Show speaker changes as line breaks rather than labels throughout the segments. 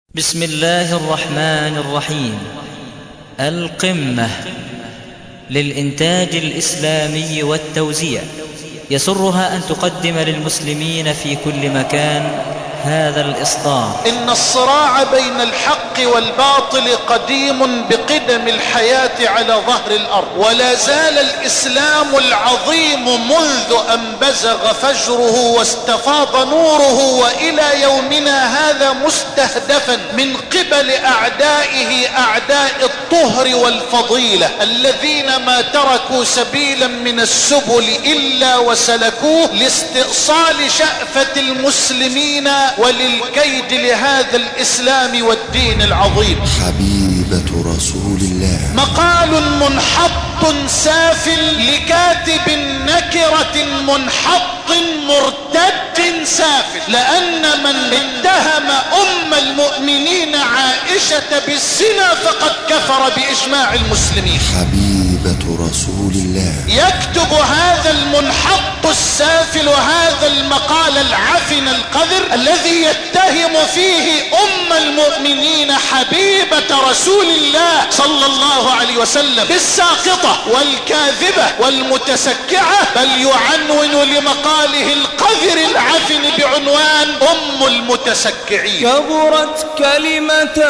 بسم الله الرحمن الرحيم. القمة للإنتاج الإسلامي والتوزيع يسرها أن تقدم للمسلمين في كل مكان هذا الإصدار.
إن الصراع بين الحق والباطل قديم بقدم الحياة على ظهر الأرض، ولا زال الإسلام العظيم منذ أن بزغ فجره واستفاض نوره وإلى يومنا هذا مستهدفا من قبل أعدائه، أعداء الطهر والفضيلة، الذين ما تركوا سبيلا من السبل إلا وسلكوه لاستئصال شأفة المسلمين وللكيد لهذا الإسلام والدين العظيم.
حبيبة رسول الله.
مقال منحط سافل لكاتب نكرة منحط مرتد سافل، لأن من اتهم أم المؤمنين عائشة بالزنا فقد كفر بإجماع المسلمين.
حبيبة رسول الله.
يكتب هذا المنحط السافل هذا المقال العفن القذر الذي يتهم فيه أم المؤمنين حبيبة رسول الله صلى الله عليه وسلم بالساقطة والكاذبة والمتسكعة، بل يعنون لمقاله القذر العفن بعنوان أم المتسكعين.
كبرت كلمة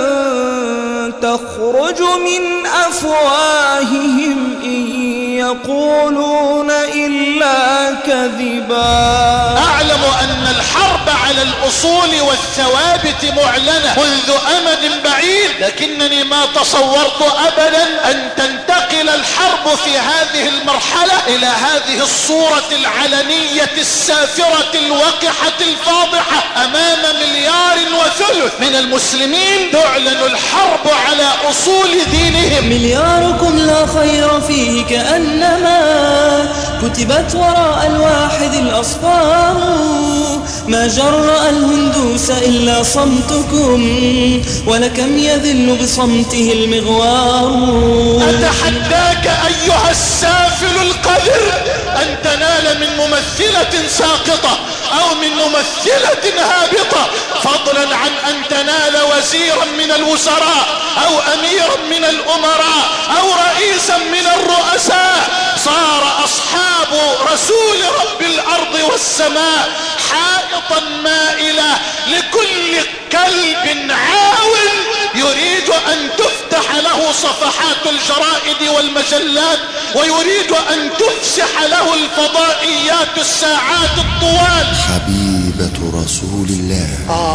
تخرج من أفواههم إن يقولون إلا كذبا.
أعلم أن الحرب على الأصول والثوابت معلنة منذ أمد بعيد، لكنني ما تصورت أبدا أن تنتقل الحرب في هذه المرحلة إلى هذه الصورة العلنية السافرة الوقحة الفاضحة أمام 1.3 مليار من المسلمين تعلن الحرب على أصول دينهم.
ملياركم لا خير فيه كأنما كتبت وراء الواحد الأصفار، ما جرأ الهندوس إلا صمتكم ولكم يذل بصمته المغوار.
أتحداك أيها السافل القذر أن تنال من ممثلة ساقطة أو من ممثلة هابطة، فضلا عن أن تنال وزيرا من الوزراء أو أميرا من الأمراء أو رئيسا من الرؤساء. صار أصحاب رسول رب الأرض والسماء حائطا مائلة لكل كلب عاون يريد أن تفتح له صفحات الجرائد والمجلات، ويريد أن تفسح له الفضائيات الساعات الطوال.
حبيبة رسول الله.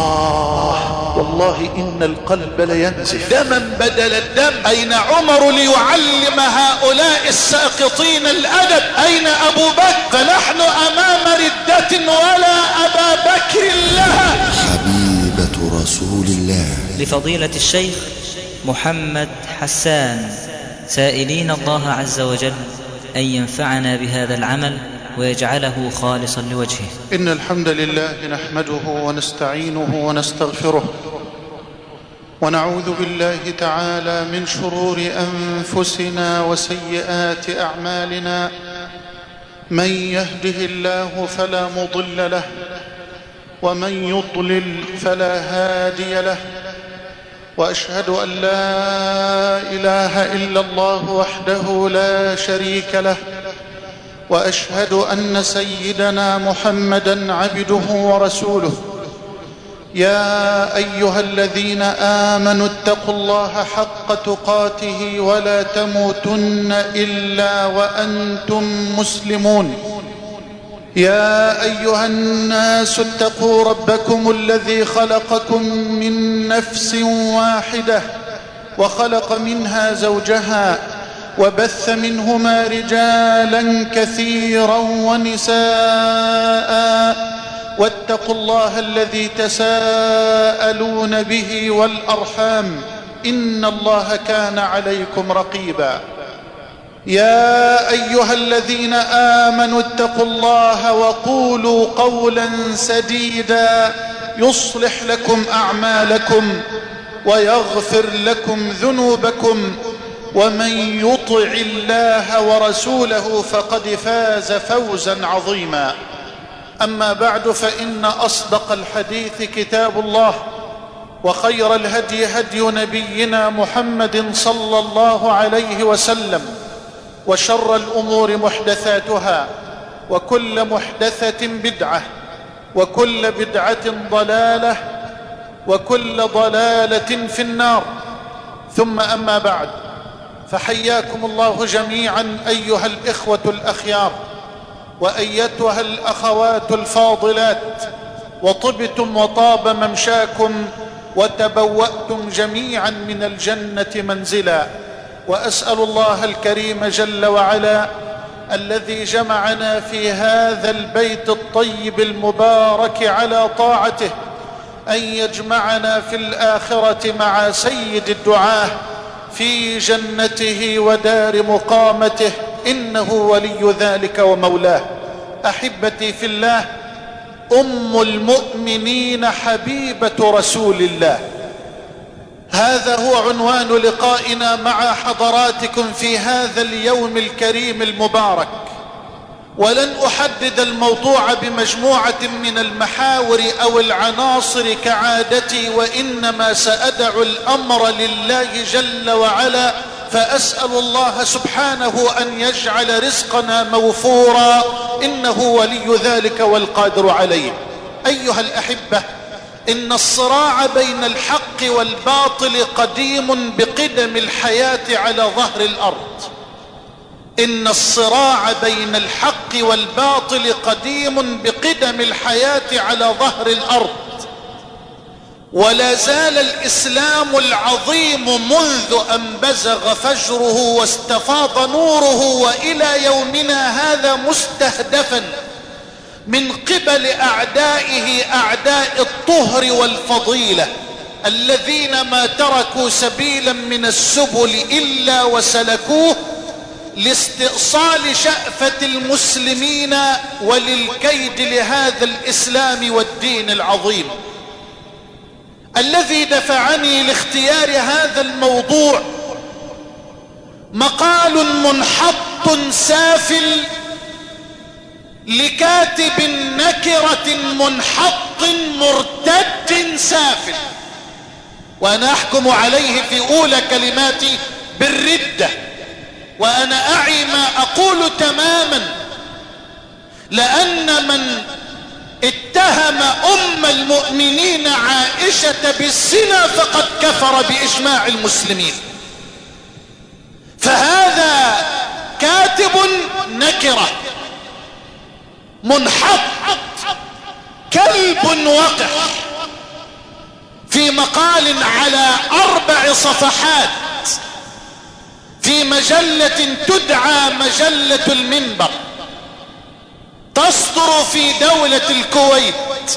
والله إن القلب لينزف دما بدل الدم. أين عمر ليعلم هؤلاء الساقطين الأدب؟ أين أبو بكر؟ فنحن أمام ردة ولا أبا بكر لها.
حبيبة رسول الله.
لفضيلة الشيخ محمد حسان، سائلين الله عز وجل أن ينفعنا بهذا العمل ويجعله خالصا لوجهه.
إن الحمد لله نحمده ونستعينه ونستغفره، ونعوذ بالله تعالى من شرور أنفسنا وسيئات أعمالنا. من يهده الله فلا مضل له، ومن يضلل فلا هادي له، وأشهد أن لا إله إلا الله وحده لا شريك له، وأشهد أن سيدنا محمدًا عبده ورسوله. يا أيها الذين آمنوا اتقوا الله حق تقاته ولا تموتن إلا وأنتم مسلمون. يا أيها الناس اتقوا ربكم الذي خلقكم من نفس واحدة وخلق منها زوجها وبث منهما رجالا كثيرا ونساء، واتقوا الله الذي تساءلون به والأرحام إن الله كان عليكم رقيبا. يا أيها الذين آمنوا اتقوا الله وقولوا قولا سديدا يصلح لكم أعمالكم ويغفر لكم ذنوبكم، ومن يطع الله ورسوله فقد فاز فوزا عظيما. أما بعد، فإن أصدق الحديث كتاب الله، وخير الهدي هدي نبينا محمد صلى الله عليه وسلم، وشر الأمور محدثاتها، وكل محدثة بدعة، وكل بدعة ضلالة، وكل ضلالة في النار. ثم أما بعد، فحياكم الله جميعا أيها الإخوة الأخيار، وأيتها الأخوات الفاضلات، وطبتم وطاب ممشاكم، وتبوأتم جميعا من الجنة منزلا. وأسأل الله الكريم جل وعلا الذي جمعنا في هذا البيت الطيب المبارك على طاعته أن يجمعنا في الآخرة مع سيد الدعاة في جنته ودار مقامته، إنه ولي ذلك ومولاه. أحبتي في الله، أم المؤمنين حبيبة رسول الله، هذا هو عنوان لقائنا مع حضراتكم في هذا اليوم الكريم المبارك. ولن أحدد الموضوع بمجموعة من المحاور أو العناصر كعادتي، وإنما سأدع الأمر لله جل وعلا، فأسأل الله سبحانه أن يجعل رزقنا موفورا، إنه ولي ذلك والقادر عليه. أيها الأحبة، إن الصراع بين الحق والباطل قديم بقدم الحياة على ظهر الأرض. إن الصراع بين الحق والباطل قديم بقدم الحياة على ظهر الأرض، ولا زال الإسلام العظيم منذ أن بزغ فجره واستفاض نوره وإلى يومنا هذا مستهدفا من قبل أعدائه، أعداء الطهر والفضيلة، الذين ما تركوا سبيلا من السبل إلا وسلكوه لاستئصال شأفة المسلمين وللكيد لهذا الإسلام والدين العظيم. الذي دفعني لاختيار هذا الموضوع مقال منحط سافل لكاتب نكرة منحط مرتد سافل، وأنا أحكم عليه في أولى كلماتي بالردة، وأنا أعي ما أقول تماما، لأن من اتهم أم المؤمنين عائشة بالزنا فقد كفر بإجماع المسلمين. فهذا كاتب نكرة منحط كلب وقح في مقال على 4 صفحات في مجلة تدعى مجلة المنبر، تصدر في دولة الكويت.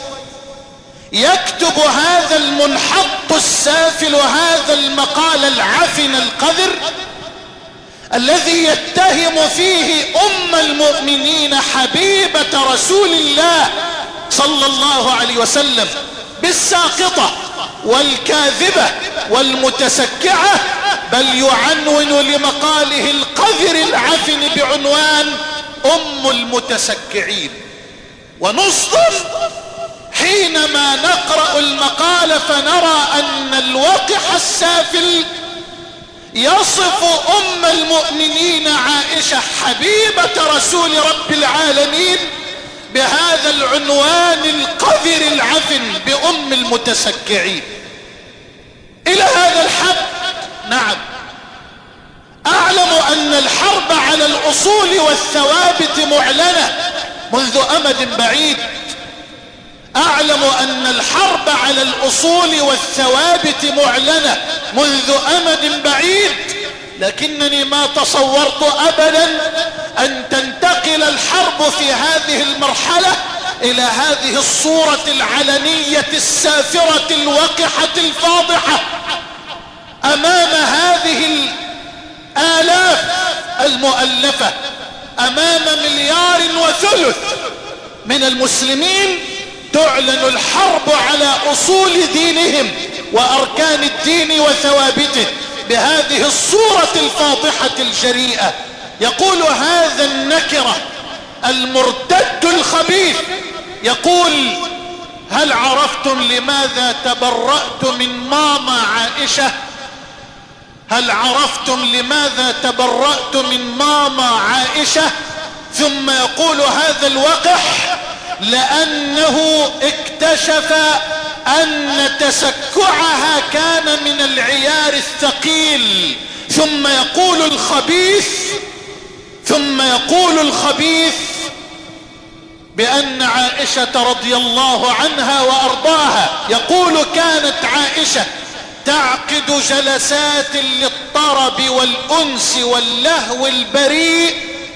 يكتب هذا المنحط السافل هذا المقال العفن القذر الذي يتهم فيه أم المؤمنين حبيبة رسول الله صلى الله عليه وسلم بالساقطة والكاذبة والمتسكعة، بل يعنون لمقاله القذر العفن بعنوان أم المتسكعين. ونصدم حينما نقرأ المقال فنرى أن الوقح السافل يصف أم المؤمنين عائشة حبيبة رسول رب العالمين بهذا العنوان القذر العفن بأم المتسكعين. إلى هذا الحد نعم أعلم أن الحرب على الأصول والثوابت معلنة منذ أمد بعيد. أعلم أن الحرب على الأصول والثوابت معلنة منذ أمد بعيد، لكنني ما تصورت أبدا أن تنتقل الحرب في هذه المرحلة إلى هذه الصورة العلنية السافرة الوقحة الفاضحة أمام هذه الآلاف المؤلفة، أمام 1.3 مليار من المسلمين تعلن الحرب على أصول دينهم وأركان الدين وثوابته بهذه الصورة الفاضحة الجريئة. يقول هذا النكرة المرتد الخبيث، يقول هل عرفتم لماذا تبرأت من ماما عائشة؟ هل عرفتم لماذا تبرأت من ماما عائشة؟ ثم يقول هذا الوقح لأنه اكتشف أن تسكعها كان من العيار الثقيل. ثم يقول الخبيث بأن عائشة رضي الله عنها وأرضاها، يقول كانت عائشة تعقد جلسات للطرب والأنس واللهو البريء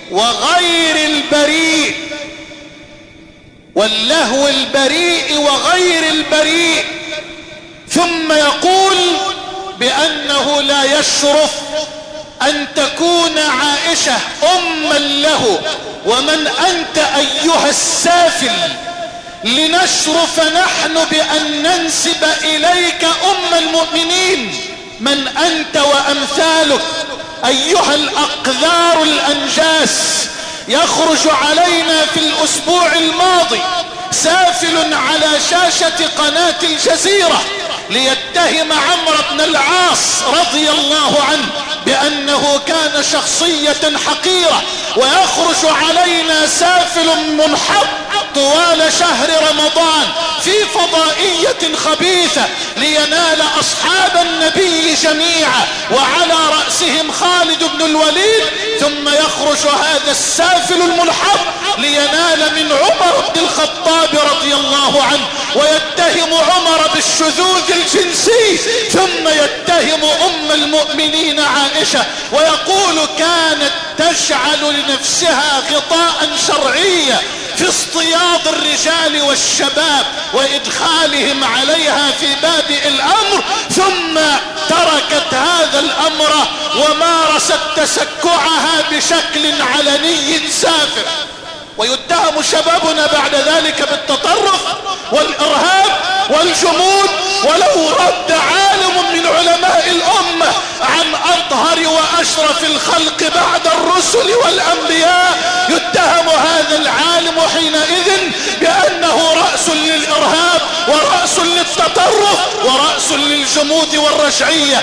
وغير البريء ثم يقول بأنه لا يشرف أن تكون عائشة أما له. ومن أنت أيها السافل لنشرف نحن بأن ننسب إليك أم المؤمنين؟ من أنت وأمثالك أيها الأقذار الأنجاس؟ يخرج علينا في الأسبوع الماضي سافل على شاشة قناة الجزيرة ليتهم عمرو بن العاص رضي الله عنه بأنه كان شخصية حقيرة، ويخرج علينا سافل منحط طوال شهر رمضان في فضائية خبيثة لينال أصحاب النبي جميعا وعلى رأسهم خالد بن الوليد. ثم يخرج هذا السافل المنحط لينال من عمر بن الخطاب رضي الله عنه ويتهم عمر بالشذوذ الجنسي، ثم يتهم أم المؤمنين عائشة ويقول كانت تجعل لنفسها غطاء شرعيا في اصطياد الرجال والشباب وإدخالهم عليها في بادئ الأمر، ثم تركت هذا الأمر ومارست تسكعها بشكل علني سافر. ويتهم شبابنا بعد ذلك بالتطرف والإرهاب والجمود. ولو رد عالم من علماء الأمة عن أطهر وأشرف الخلق بعد الرسل والأنبياء يتهم هذا العالم حينئذ بأنه رأس للإرهاب ورأس للتطرف ورأس للجمود والرجعية.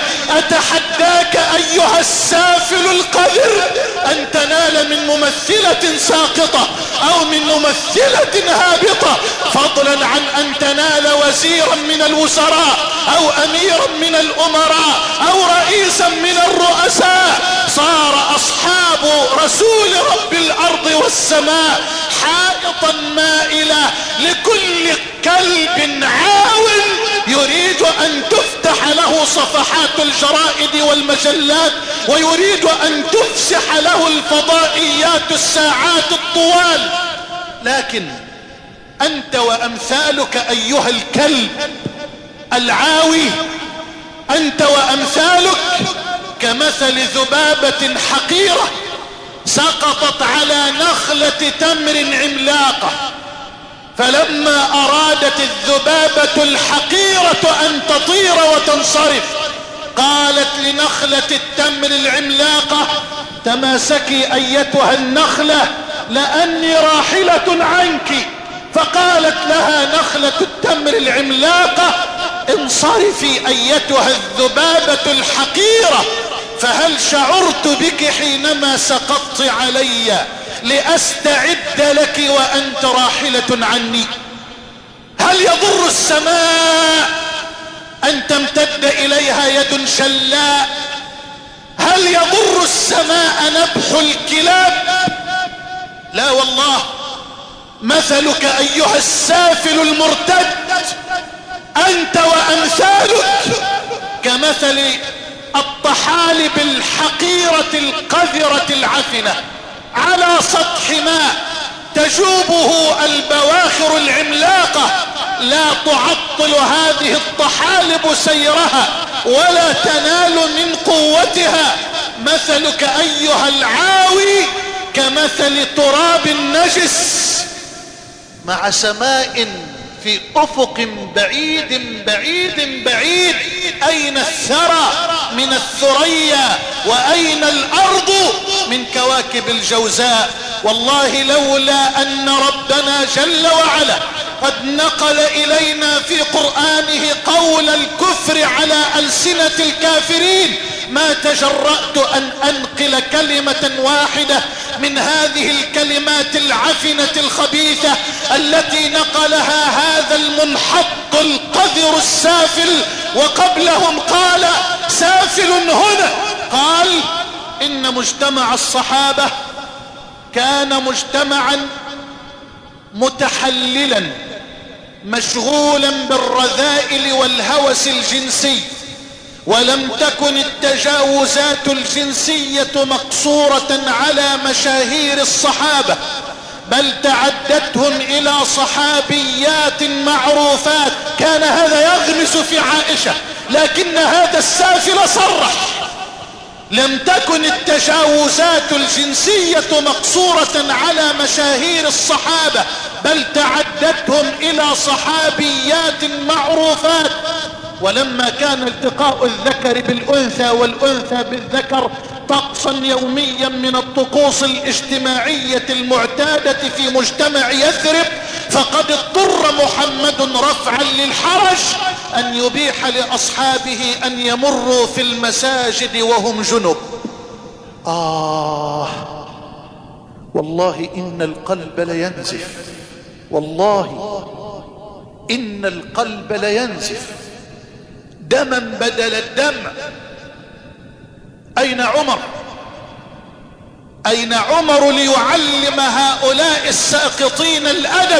أتحداك أيها السافل القذر أن تنال من ممثلة ساقطة أو من ممثلة هابطة، فضلا عن أن تنال وزيرا من الوزراء أو أميرا من الأمراء أو رئيسا من الرؤساء. صار أصحاب رسول رب الأرض والسماء حائطا مائلة لكل كلب عاو يريد أن تفتح له صفحات الجرائد والمجلات ويريد أن تفسح له الفضائيات الساعات الطوال. لكن أنت وأمثالك أيها الكلب العاوي، أنت وأمثالك كمثل ذبابة حقيرة سقطت على نخلة تمر عملاقة، فلما أرادت الذبابة الحقيرة أن تطير وتنصرف قالت لنخلة التمر العملاقة تماسكي أيتها النخلة لأني راحلة عنك. فقالت لها نخلة التمر العملاقة انصرفي أيتها الذبابة الحقيرة، فهل شعرت بك حينما سقطت علي لأستعد لك وأنت راحلة عني؟ هل يضر السماء أن تمتد إليها يد شلاء؟ هل يضر السماء نبح الكلاب؟ لا والله. مثلك أيها السافل المرتد أنت وأمثالك كمثل الطحالب الحقيرة القذرة العفنة على سطح ماء تجوبه البواخر العملاقة لا تعطل هذه الطحالب سيرها ولا تنال من قوتها. مثلك أيها العاوي كمثل تراب نجس مع سماء في أفق بعيد بعيد بعيد. أين الثرى من الثريا وأين الأرض من كواكب الجوزاء؟ والله لولا أن ربنا جل وعلا قد نقل إلينا في قرآنه قول الكفر على ألسنة الكافرين، ما تجرأت أن أنقل كلمة واحدة من هذه الكلمات العفنة الخبيثة التي نقلها هذا المنحط القذر السافل. وقبلهم قال سافل هنا، قال إن مجتمع الصحابة كان مجتمعا متحللا مشغولا بالرذائل والهوس الجنسي، ولم تكن التجاوزات الجنسية مقصورة على مشاهير الصحابة، بل تعدتهم إلى صحابيات معروفات. كان هذا يغمس في عائشة، لكن هذا السافل صرح لم تكن التجاوزات الجنسية مقصورة على مشاهير الصحابة، بل تعدتهم إلى صحابيات معروفات. ولما كان التقاء الذكر بالأنثى والأنثى بالذكر طقسا يوميا من الطقوس الاجتماعية المعتادة في مجتمع يثرب، فقد اضطر محمد رفعا للحرج أن يبيح لأصحابه أن يمروا في المساجد وهم جنب. والله إن القلب لينزف، والله إن القلب لينزف دما بدل الدمع. أين عمر؟ أين عمر ليعلم هؤلاء الساقطين الأدب؟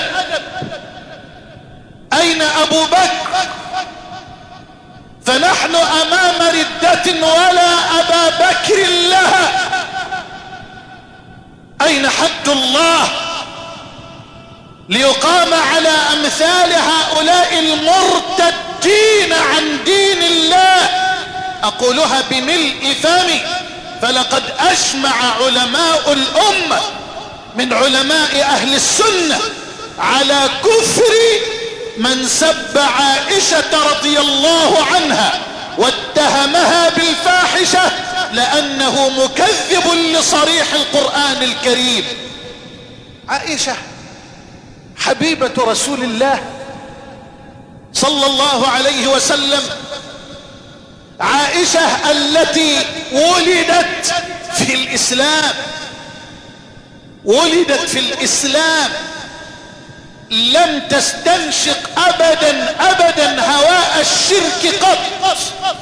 أين أبو بكر؟ فنحن أمام ردة ولا أبا بكر لها. أين حد الله ليقام على أمثال هؤلاء المرتدين عن دين الله؟ أقولها بملء فمي، فلقد أجمع علماء الأمة من علماء أهل السنة على كفر من سب عائشة رضي الله عنها واتهمها بالفاحشة لأنه مكذب لصريح القرآن الكريم. عائشة حبيبة رسول الله صلى الله عليه وسلم، عائشة التي ولدت في الإسلام، ولدت في الإسلام، لم تستنشق أبدا هواء الشرك قط،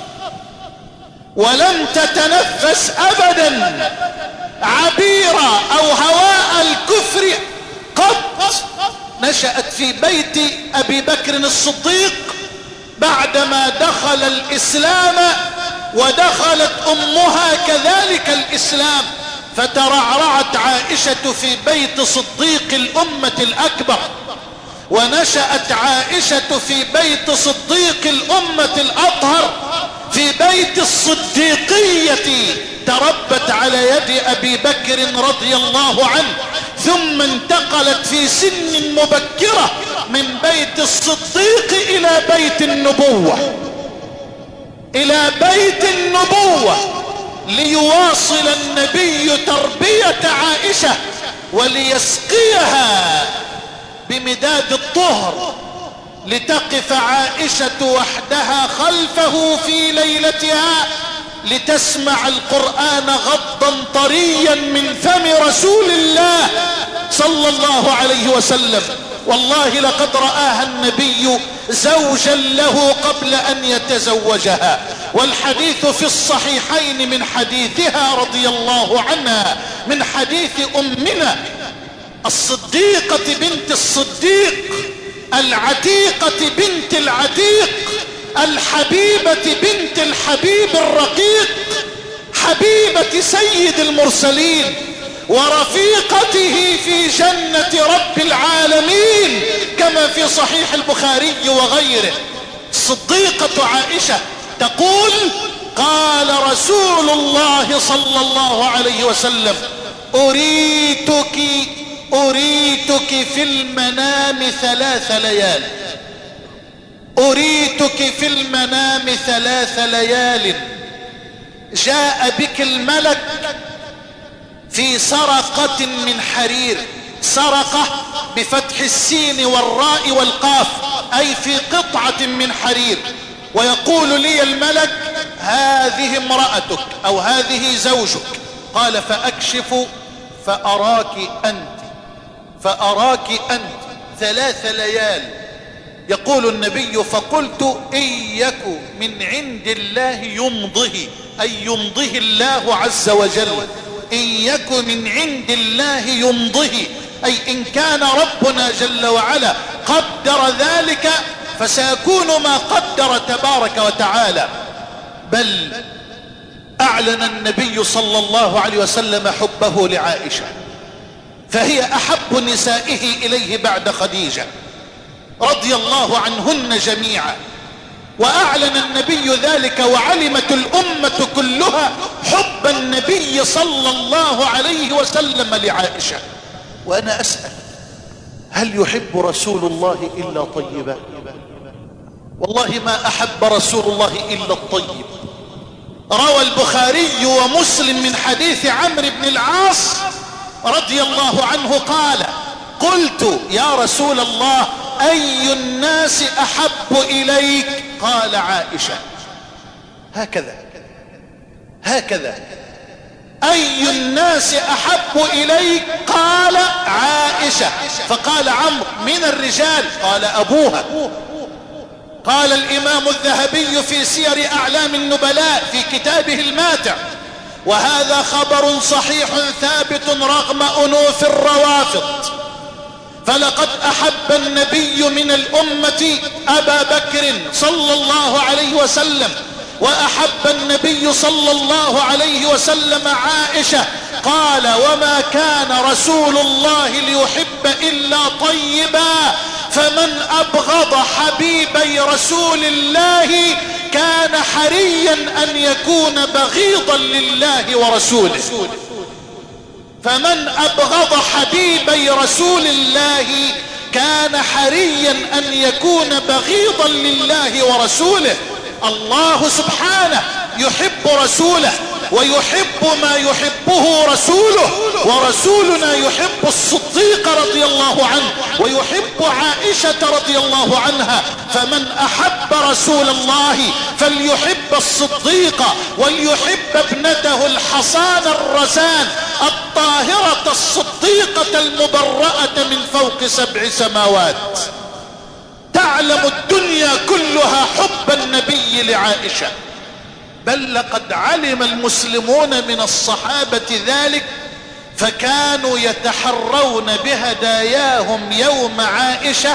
ولم تتنفس أبدا عبير أو هواء الكفر قط. نشأت في بيت أبي بكر الصديق بعدما دخل الإسلام، ودخلت أمها كذلك الإسلام، فترعرعت عائشة في بيت صديق الأمة الأكبر، ونشأت عائشة في بيت صديق الأمة الأطهر، في بيت الصديقية تربت على يد أبي بكر رضي الله عنه، ثم انتقلت في سن مبكرة من بيت الصديق إلى بيت النبوة، إلى بيت النبوة، ليواصل النبي تربية عائشة وليسقيها بمداد الطهر، لتقف عائشة وحدها خلفه في ليلتها لتسمع القرآن غضا طريا من فم رسول الله صلى الله عليه وسلم. والله لقد رآها النبي زوجا له قبل أن يتزوجها، والحديث في الصحيحين من حديثها رضي الله عنها، من حديث أمنا الصديقة بنت الصديق، العتيقة بنت العتيق، الحبيبة بنت الحبيب الرقيق، حبيبة سيد المرسلين ورفيقته في جنة رب العالمين، كما في صحيح البخاري وغيره. الصديقة عائشة تقول: قال رسول الله صلى الله عليه وسلم: أريتك في المنام 3 ليال، أريتك في المنام 3 ليال، جاء بك الملك في سرقة من حرير، سرقة بفتح السين والراء والقاف، أي في قطعة من حرير. ويقول لي الملك هذه امرأتك أو هذه زوجك. قال فأكشف فأراك أنت 3 ليال. يقول النبي فقلت إن يك من عند الله يمضه، أي يمضه الله عز وجل. إن يك من عند الله يمضه، أي إن كان ربنا جل وعلا قدر ذلك فسيكون ما قدر تبارك وتعالى. بل أعلن النبي صلى الله عليه وسلم حبه لعائشة، فهي أحب نسائه إليه بعد خديجة رضي الله عنهن جميعا. وأعلن النبي ذلك وعلمت الأمة كلها حب النبي صلى الله عليه وسلم لعائشة. وأنا أسأل هل يحب رسول الله إلا طيبا؟ والله ما أحب رسول الله إلا الطيب. روى البخاري ومسلم من حديث عمرو بن العاص رضي الله عنه قال قلت يا رسول الله أي الناس أحب إليك؟ قال عائشة. هكذا أي الناس أحب إليك؟ قال عائشة. فقال عمرو من الرجال؟ قال أبوها. قال الإمام الذهبي في سير أعلام النبلاء في كتابه الماتع وهذا خبر صحيح ثابت رغم أنوف الروافض، فلقد أحب النبي من الأمة أبا بكر صلى الله عليه وسلم، وأحب النبي صلى الله عليه وسلم عائشة. قال وما كان رسول الله ليحب إلا طيبا، فمن أبغض حبيبي رسول الله كان حريا أن يكون بغيضا لله ورسوله. فمن أبغض حبيبي رسول الله كان حريا أن يكون بغيضا لله ورسوله. الله سبحانه يحب رسوله ويحب ما يحبه رسوله، ورسولنا يحب الصديق رضي الله عنه ويحب عائشة رضي الله عنها. فمن أحب رسول الله فليحب الصديق وليحب ابنته الحصان الرزان الطاهرة الصديقة المبرأة من فوق 7 سماوات. تعلم الدنيا كلها حب النبي لعائشة، بل لقد علم المسلمون من الصحابة ذلك فكانوا يتحرون بهداياهم يوم عائشة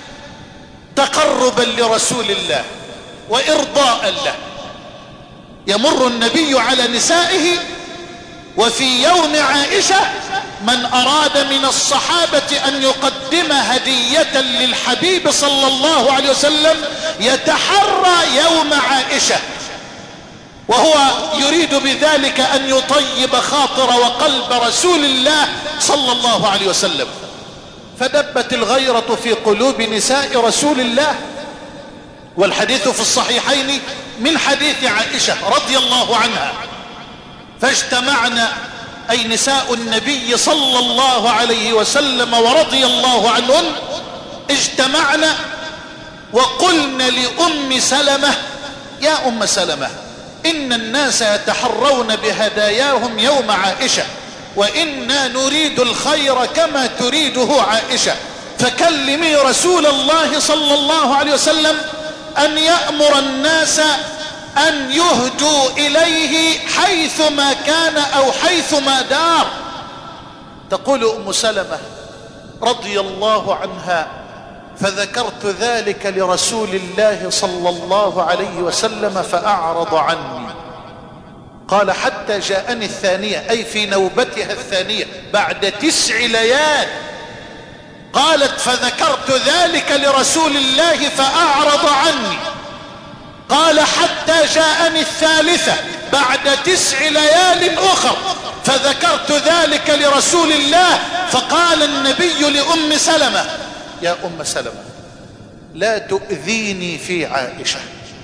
تقربا لرسول الله وإرضاء له. يمر النبي على نسائه وفي يوم عائشة من أراد من الصحابة أن يقدم هدية للحبيب صلى الله عليه وسلم يتحرى يوم عائشة، وهو يريد بذلك أن يطيب خاطر وقلب رسول الله صلى الله عليه وسلم. فدبت الغيرة في قلوب نساء رسول الله، والحديث في الصحيحين من حديث عائشة رضي الله عنها. فاجتمعنا أي نساء النبي صلى الله عليه وسلم ورضي الله عنهن اجتمعنا وقلنا لأم سلمة يا أم سلمة إن الناس يتحرون بهداياهم يوم عائشة وإنا نريد الخير كما تريده عائشة، فكلمي رسول الله صلى الله عليه وسلم أن يأمر الناس أن يهدوا إليه حيثما كان أو حيثما دار. تقول أم سلمة رضي الله عنها فذكرت ذلك لرسول الله صلى الله عليه وسلم فأعرض عني. قال حتى جاءني الثانية أي في نوبتها الثانية بعد 9 ليال. قالت فذكرت ذلك لرسول الله فأعرض عني. قال حتى جاءني الثالثة بعد 9 ليال أخر فذكرت ذلك لرسول الله فقال النبي لأم سلمة يا أم سلمة لا تؤذيني في عائشة،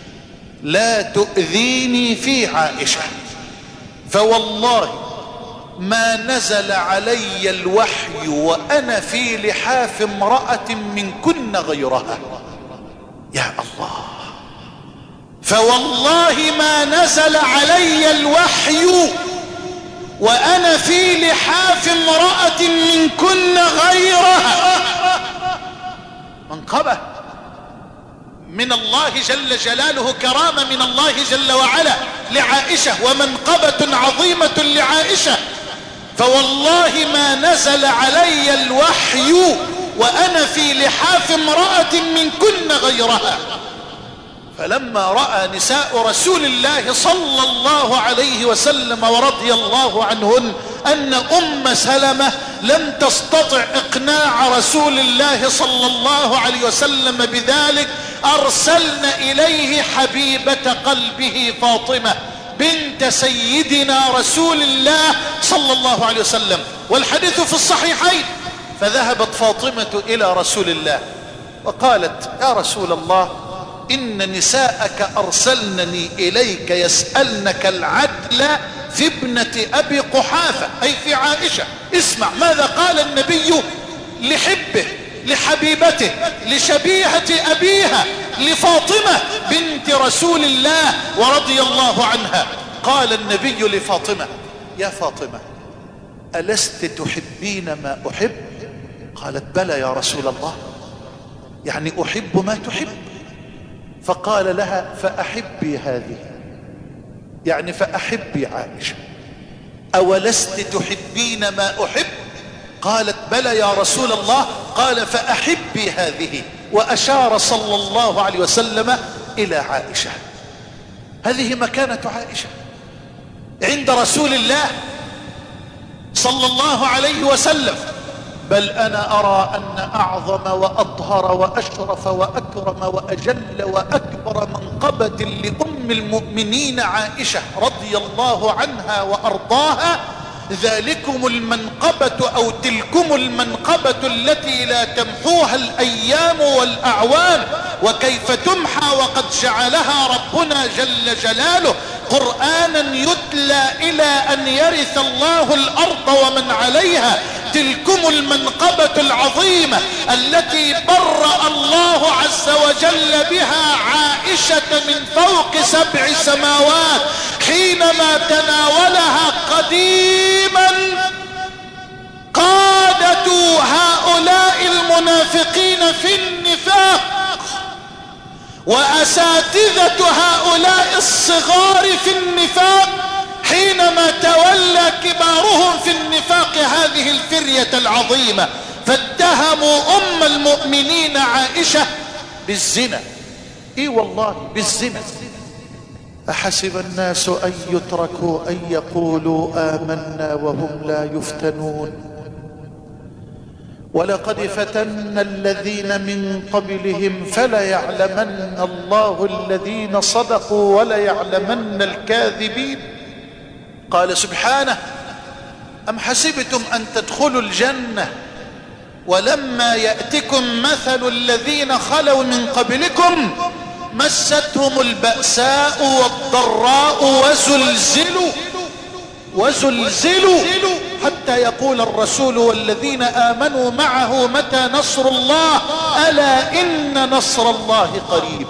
لا تؤذيني في عائشة، فوالله ما نزل علي الوحي وأنا في لحاف امرأة منكن غيرها. يا الله، فوالله ما نزل علي الوحي وأنا في لحاف امرأة منكن غيرها. منقبة من الله جل جلاله، كرامة من الله جل وعلا لعائشة، ومنقبة عظيمة لعائشة. فوالله ما نزل علي الوحي وأنا في لحاف امرأة منكن غيرها. فلما رأى نساء رسول الله صلى الله عليه وسلم ورضي الله عنهن أن أم سلمة لم تستطع إقناع رسول الله صلى الله عليه وسلم بذلك، أرسلن إليه حبيبة قلبه فاطمة بنت سيدنا رسول الله صلى الله عليه وسلم، والحديث في الصحيحين. فذهبت فاطمة إلى رسول الله وقالت: يا رسول الله، إن نساءك أرسلنني إليك يسألنك العدل في ابنة أبي قحافة، أي في عائشة. اسمع ماذا قال النبي لحبه، لحبيبته، لشبيهة أبيها، لفاطمة بنت رسول الله ورضي الله عنها. قال النبي لفاطمة: يا فاطمة، ألست تحبين ما أحب؟ قالت: بلى يا رسول الله، يعني أحب ما تحب. فقال لها: فأحبي هذه، يعني فأحبي عائشة. أولست تحبين ما أحب؟ قالت: بلى يا رسول الله. قال: فأحبي هذه، وأشار صلى الله عليه وسلم إلى عائشة. هذه مكانة عائشة عند رسول الله صلى الله عليه وسلم. بل أنا أرى أن أعظم وأطهر وأشرف وأكرم وأجل وأكبر منقبة لأم المؤمنين عائشة رضي الله عنها وأرضاها ذلكم المنقبة أو تلكم المنقبة التي لا تمحوها الأيام والأعوام، وكيف تمحى وقد جعلها ربنا جل جلاله قرآنا يتلى إلى أن يرث الله الأرض ومن عليها. تلكم المنقبة العظيمة التي برأ الله عز وجل بها عائشة من فوق 7 سماوات حينما تناولها قديما قادة هؤلاء المنافقين في النفاق وأساتذة هؤلاء الصغار في النفاق، حينما تولى كبارهم في النفاق هذه الفرية العظيمة، فاتهموا أم المؤمنين عائشة بالزنا. اي والله بالزنا. أحسب الناس أن يتركوا أن يقولوا آمنا وهم لا يفتنون، ولقد فتنا الذين من قبلهم فليعلمن الله الذين صدقوا وليعلمن الكاذبين. قال سبحانه: أم حسبتم أن تدخلوا الجنة ولما يأتكم مثل الذين خلوا من قبلكم مستهم البأساء والضراء وزلزلوا حتى يقول الرسول والذين آمنوا معه متى نصر الله ألا إن نصر الله قريب.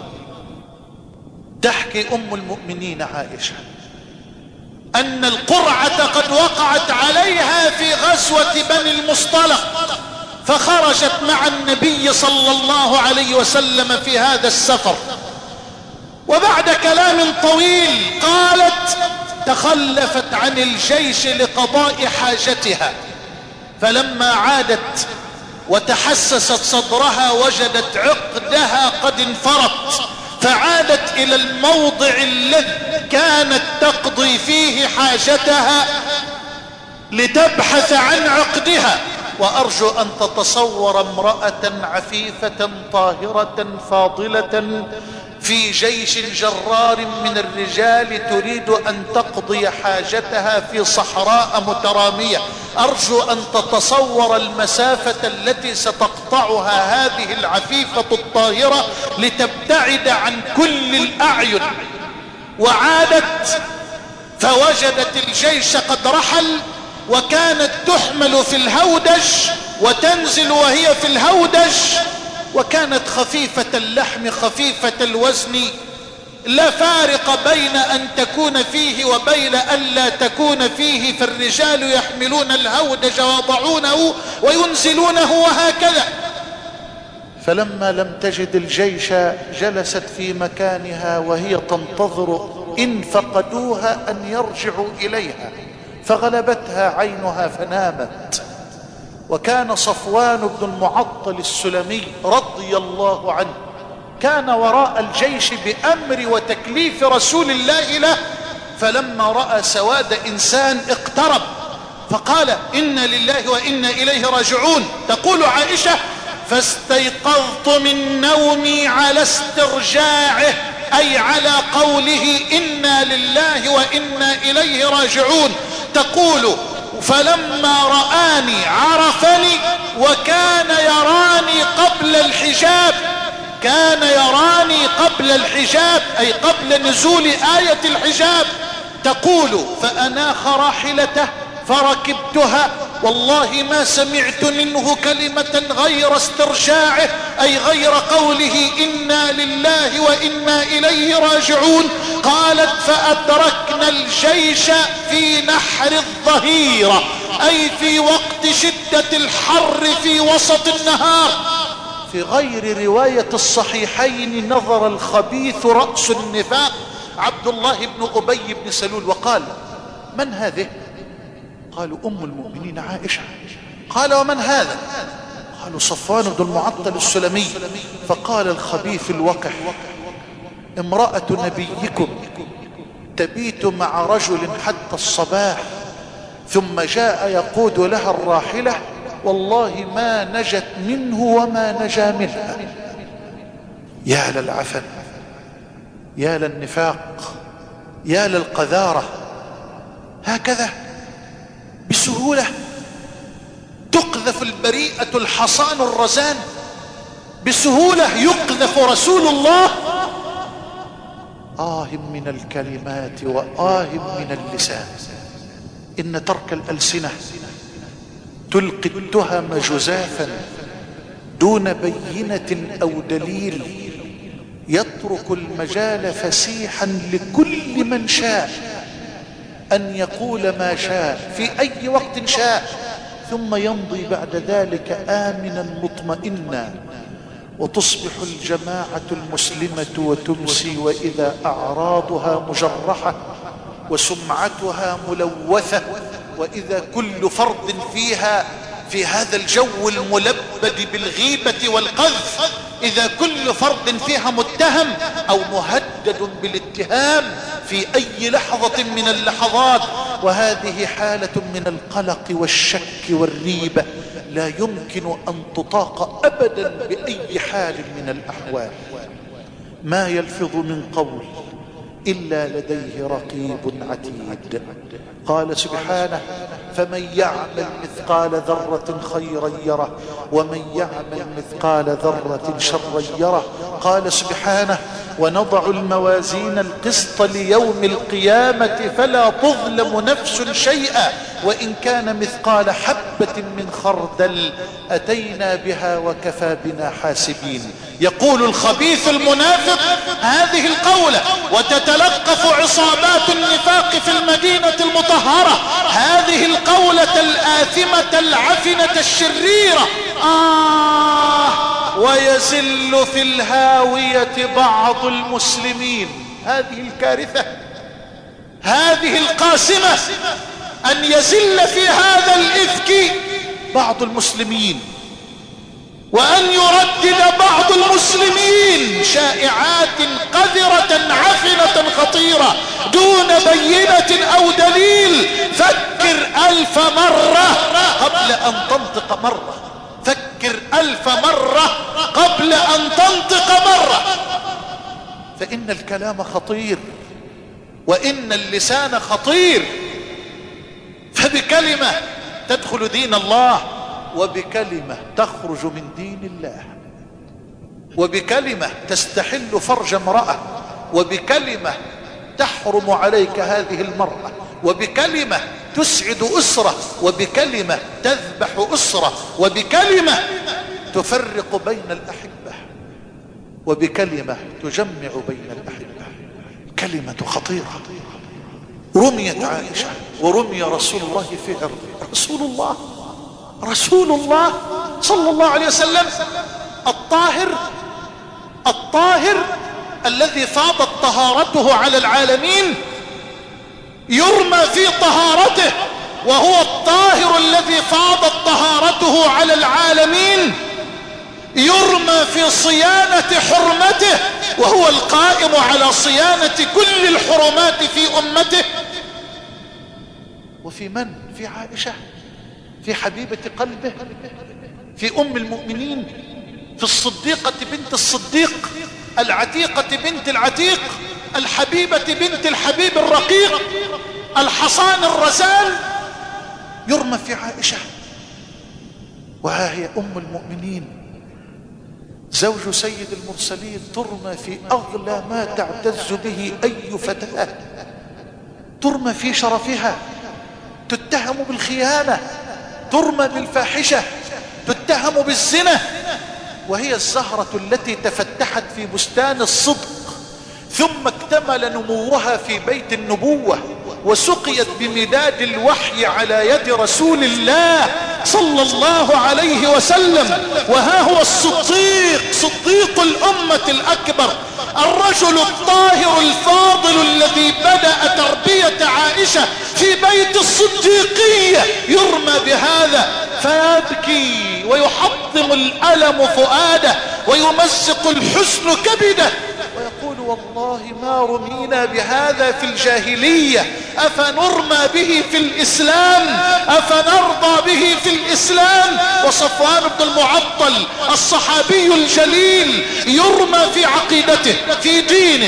تحكي أم المؤمنين عائشة أن القرعة قد وقعت عليها في غزوة بني المصطلق، فخرجت مع النبي صلى الله عليه وسلم في هذا السفر، وبعد كلام طويل قالت تخلفت عن الجيش لقضاء حاجتها، فلما عادت وتحسست صدرها وجدت عقدها قد انفرط، فعادت إلى الموضع الذي كانت تقضي فيه حاجتها لتبحث عن عقدها. وأرجو أن تتصور امرأة عفيفة طاهرة فاضلة في جيش جرار من الرجال تريد أن تقضي حاجتها في صحراء مترامية. أرجو أن تتصور المسافة التي ستقطعها هذه العفيفة الطاهرة لتبتعد عن كل الأعين. وعادت فوجدت الجيش قد رحل، وكانت تحمل في الهودج وتنزل وهي في الهودج، وكانت خفيفة اللحم خفيفة الوزن، لا فارق بين أن تكون فيه وبين أن لا تكون فيه، فالرجال يحملون الهودج ويضعونه وينزلونه وهكذا. فلما لم تجد الجيش جلست في مكانها وهي تنتظر إن فقدوها أن يرجعوا إليها، فغلبتها عينها فنامت. وكان صفوان بن المعطل السلمي رضي الله عنه كان وراء الجيش بأمر وتكليف رسول الله له، فلما رأى سواد إنسان اقترب فقال: إنا لله وإنا إليه راجعون. تقول عائشة: فاستيقظت من نومي على استرجاعه، أي على قوله إنا لله وإنا إليه راجعون. تقول: فلما رآني عرفني، وكان يراني قبل الحجاب، كان يراني قبل الحجاب أي قبل نزول آية الحجاب. تقول: فأناخ راحلته فركبتها، والله ما سمعت منه كلمة غير استرجاعه أي غير قوله إنا لله وإنا إليه راجعون. قالت: فأدركنا الجيش في نحر الظهيرة أي في وقت شدة الحر في وسط النهار. في غير رواية الصحيحين نظر الخبيث رأس النفاق عبد الله بن أبي بن سلول وقال: من هذه؟ قالوا: أم المؤمنين عائشة. قال: ومن هذا؟ قالوا: صفوان بن المعطل السلمي. فقال الخبيث الوقح: امرأة نبيكم تبيت مع رجل حتى الصباح، ثم جاء يقود لها الراحلة، والله ما نجت منه وما نجا منها. يا للعفن، يا للنفاق، يا للقذارة. هكذا بسهولة تقذف البريئة الحصان الرزان، بسهولة يقذف رسول الله. آه من الكلمات وآه من اللسان، إن ترك الألسنة تلقي التهم جزافا دون بينة أو دليل، يترك المجال فسيحا لكل من شاء أن يقول ما شاء في أي وقت شاء، ثم يمضي بعد ذلك آمنا مطمئنا، وتصبح الجماعة المسلمة وتمسي وإذا أعراضها مجرحة وسمعتها ملوثة، وإذا كل فرد فيها في هذا الجو الملبد بالغيبة والقذف، إذا كل فرد فيها متهم أو مهدد بالاتهام في أي لحظة من اللحظات. وهذه حالة من القلق والشك والريبة لا يمكن أن تطاق أبدا بأي حال من الأحوال. ما يلفظ من قول إلا لديه رقيب عتيد. قال سبحانه: فمن يعمل مثقال ذرة خيرا يره ومن يعمل مثقال ذرة شرا يره. قال سبحانه: ونضع الموازين القسط ليوم القيامة فلا تظلم نفس شيئا وإن كان مثقال حبة من خردل أتينا بها وكفى بنا حاسبين. يقول الخبيث المنافق هذه القولة، وتتلقف عصابات النفاق في المدينة المطهرة هذه القولة الآثمة العفنة الشريرة. ويزل في الهاوية بعض المسلمين. هذه الكارثة، هذه القاسمة، أن يزل في هذا الإفك بعض المسلمين، وأن يردد بعض المسلمين شائعات قذرة عفنة خطيرة دون بينة أو دليل. فكر 1000 مرة قبل أن تنطق مرة، فكر 1000 مرة قبل أن تنطق مرة، فإن الكلام خطير وإن اللسان خطير. فبكلمة تدخل دين الله، وبكلمة تخرج من دين الله، وبكلمة تستحل فرج امرأة، وبكلمة تحرم عليك هذه المرأة، وبكلمة تسعد أسرة، وبكلمة تذبح أسرة، وبكلمة تفرق بين الأحبة، وبكلمة تجمع بين الأحبة. كلمة خطيرة. رميت عائشة ورمي رسول الله في عرضه. رسول الله صلى الله عليه وسلم الطاهر الذي فاضت طهارته على العالمين يرمى في طهارته، وهو الطاهر الذي فاضت طهارته على العالمين يرمى في صيانة حرمته، وهو القائم على صيانة كل الحرمات في أمته. وفي من؟ في عائشة، في حبيبة قلبه، في أم المؤمنين، في الصديقة بنت الصديق، العتيقة بنت العتيق، الحبيبة بنت الحبيب الرقيق، الحصان الرزان، يرمى في عائشة. وها هي أم المؤمنين زوج سيد المرسلين ترمى في أغلى ما تعتز به أي فتاة، ترمى في شرفها، تتهم بالخيانة، ترمى بالفاحشة، تتهم بالزنا، وهي الزهرة التي تفتحت في بستان الصدق، ثم اكتمل نموها في بيت النبوة، وسقيت بمداد الوحي على يد رسول الله صلى الله عليه وسلم. وها هو صديق الأمة الأكبر، الرجل الطاهر الفاضل الذي بدأ تربية عائشة في بيت الصديقية يرمى بهذا، فيبكي ويحطم الألم فؤاده ويمزق الحزن كبده، ويقول والله ما رمينا بهذا في الجاهلية، أفنرمى به في الإسلام؟ أفنرضى به في الإسلام؟ وصفوان بن المعطل الصحابي الجليل يرمى في عقيدته، في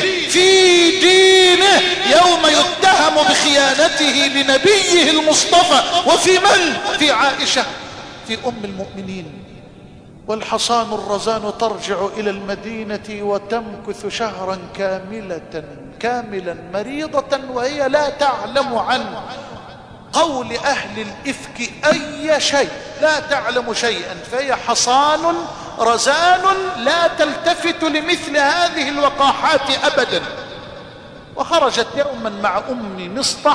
دينه يوم يتهم بخيانته لنبيه المصطفى. وفي من؟ في عائشة، في أم المؤمنين. والحصان الرزان ترجع إلى المدينة وتمكث شهرا كاملا مريضة، وهي لا تعلم عن قول أهل الإفك أي شيء، لا تعلم شيئا، فهي حصان رزان لا تلتفت لمثل هذه الوقاحات أبدا. وخرجت يوما مع أم مصطح،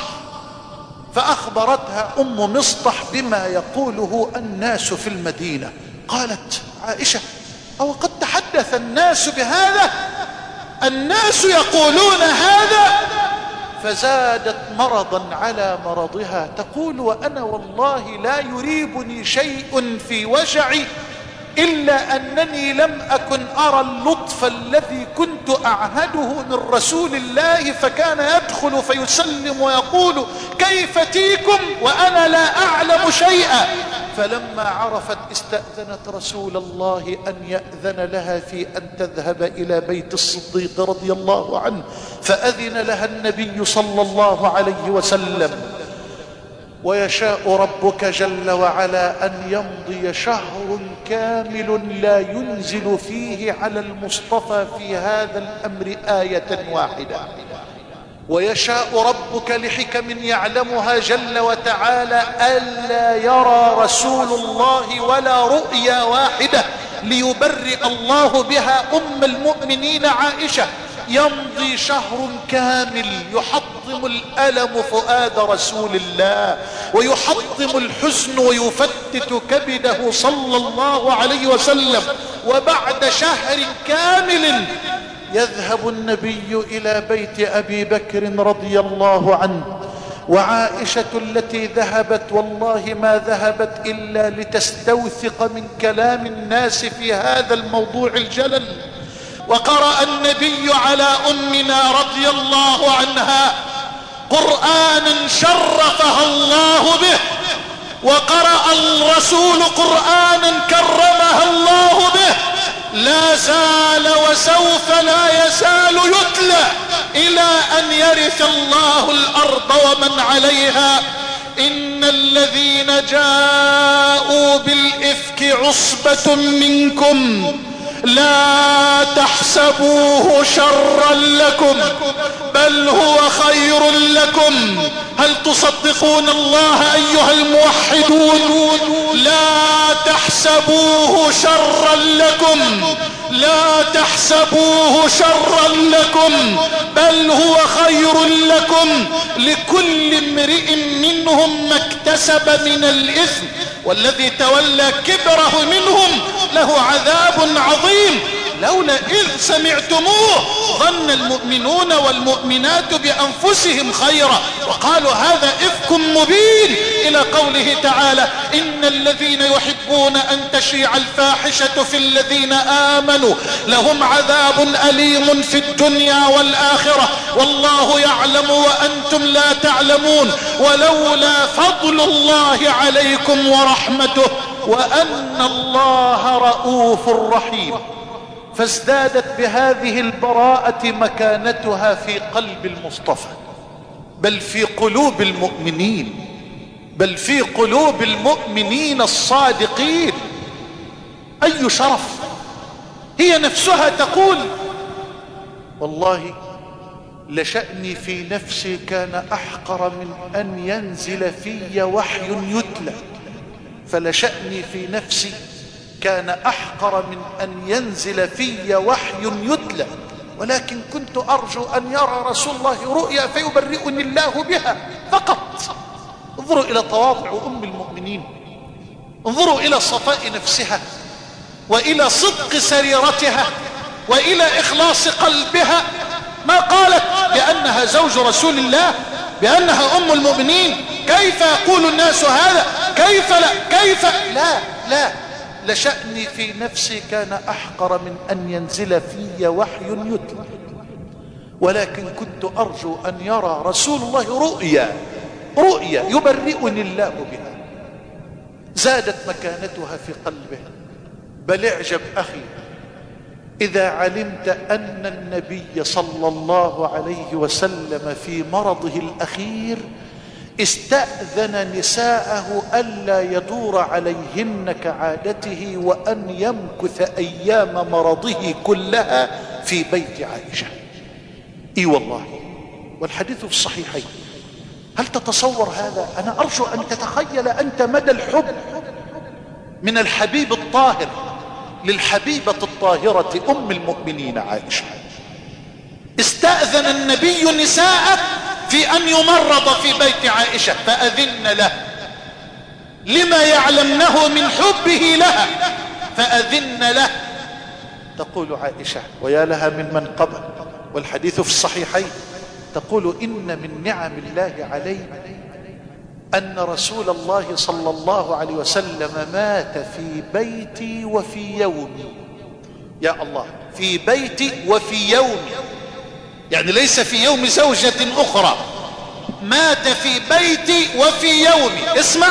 فأخبرتها أم مصطح بما يقوله الناس في المدينة. قالت عائشة: أو قد تحدث الناس بهذا؟ الناس يقولون هذا؟ فزادت مرضا على مرضها، تقول: وأنا والله لا يريبني شيء في وجعي إلا أنني لم أكن أرى اللطف الذي كنت أعهده من رسول الله، فكان يدخل فيسلم ويقول: كيف تيكم؟ وأنا لا أعلم شيئا. فلما عرفت استأذنت رسول الله أن يأذن لها في أن تذهب إلى بيت الصديق رضي الله عنه، فأذن لها النبي صلى الله عليه وسلم. ويشاء ربك جل وعلا أن يمضي شهر كامل لا ينزل فيه على المصطفى في هذا الأمر آية واحدة. ويشاء ربك لحكم يعلمها جل وتعالى ألا يرى رسول الله ولا رؤيا واحدة ليبرئ الله بها أم المؤمنين عائشة. يمضي شهر كامل يحطم الألم فؤاد رسول الله، ويحطم الحزن ويفتت كبده صلى الله عليه وسلم. وبعد شهر كامل يذهب النبي إلى بيت أبي بكر رضي الله عنه، وعائشة التي ذهبت والله ما ذهبت إلا لتستوثق من كلام الناس في هذا الموضوع الجلل. وقرأ النبي على أمنا رضي الله عنها قرآنا شرفها الله به، وقرأ الرسول قرآنا كرمها الله به، لا زال وسوف لا يزال يتلى إلى أن يرث الله الأرض ومن عليها. إن الذين جاءوا بالإفك عصبة منكم لا تحسبوه شرا لكم بل هو لكم. هل تصدقون الله أيها الموحدون؟ لا تحسبوه شرا لكم، لا تحسبوه شرا لكم، بل هو خير لكم، لكل امرئ منهم ما اكتسب من الإثم، والذي تولى كبره منهم له عذاب عظيم. لولا إذ سمعتموه ظن المؤمنون والمؤمنات بأنفسهم خيرا وقالوا هذا إفك مبين، إلى قوله تعالى إن الذين يحبون أن تشيع الفاحشة في الذين آمنوا لهم عذاب أليم في الدنيا والآخرة والله يعلم وأنتم لا تعلمون، ولولا فضل الله عليكم ورحمته وأن الله رؤوف رحيم. فازدادت بهذه البراءة مكانتها في قلب المصطفى، بل في قلوب المؤمنين، بل في قلوب المؤمنين الصادقين. أي شرف! هي نفسها تقول والله لشأني في نفسي كان أحقر من أن ينزل في وحي يتلى، فلشأني في نفسي كان أحقر من أن ينزل في وحي يتلى، ولكن كنت أرجو أن يرى رسول الله رؤيا فيبرئني الله بها فقط. انظروا إلى تواضع أم المؤمنين، انظروا إلى صفاء نفسها وإلى صدق سريرتها وإلى إخلاص قلبها. ما قالت بأنها زوج رسول الله، بأنها أم المؤمنين. كيف يقول الناس هذا؟ كيف لا؟ كيف لا؟ لا، لشأني في نفسي كان أحقر من أن ينزل في وحي يتلى، ولكن كنت أرجو أن يرى رسول الله رؤيا يبرئني الله بها. زادت مكانتها في قلبها. بل اعجب أخي إذا علمت أن النبي صلى الله عليه وسلم في مرضه الأخير استأذن نساءه ألا يدور عليهن كعادته وأن يمكث أيام مرضه كلها في بيت عائشة. اي والله، والحديث في الصحيحين. هل تتصور هذا؟ أنا أرجو أن تتخيل أنت مدى الحب من الحبيب الطاهر للحبيبة الطاهرة أم المؤمنين عائشة. استأذن النبي نساءه في أن يمرض في بيت عائشة فأذن له لما يعلمنه من حبه لها، فأذن له. تقول عائشة ويا لها من منقبة، والحديث في الصحيحين، تقول إن من نعم الله علي أن رسول الله صلى الله عليه وسلم مات في بيتي وفي يومي. يا الله، في بيتي وفي يومي، يعني ليس في يوم زوجة أخرى، مات في بيتي وفي يومي. اسمع،